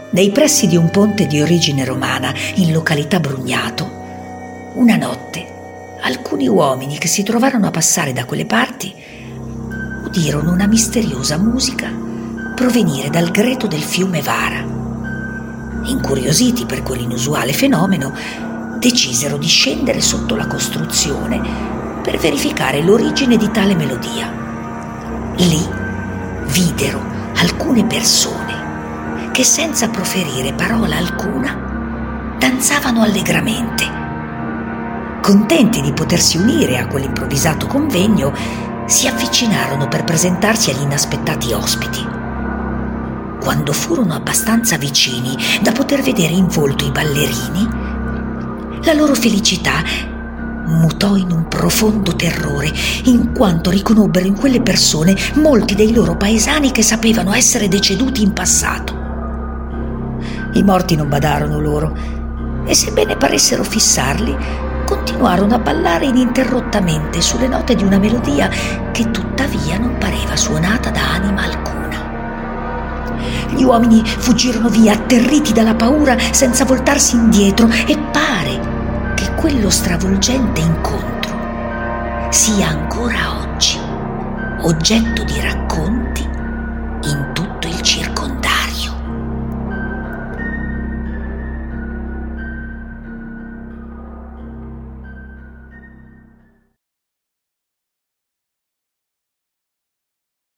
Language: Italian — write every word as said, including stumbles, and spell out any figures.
Nei pressi di un ponte di origine romana, in località Brugnato, una notte alcuni uomini che si trovarono a passare da quelle parti udirono una misteriosa musica provenire dal greto del fiume Vara. Incuriositi per quell'inusuale fenomeno, decisero di scendere sotto la costruzione per verificare l'origine di tale melodia. Lì videro alcune persone che, senza proferire parola alcuna, danzavano allegramente. Contenti di potersi unire a quell'improvvisato convegno, si avvicinarono per presentarsi agli inaspettati ospiti. Quando furono abbastanza vicini da poter vedere in volto i ballerini, la loro felicità mutò in un profondo terrore, in quanto riconobbero in quelle persone molti dei loro paesani che sapevano essere deceduti in passato. I morti non badarono loro e, sebbene paressero fissarli, continuarono a ballare ininterrottamente sulle note di una melodia che tuttavia non pareva suonata da anima alcuna. Gli uomini fuggirono via atterriti dalla paura senza voltarsi indietro, e pare che quello stravolgente incontro sia ancora oggi oggetto di racconto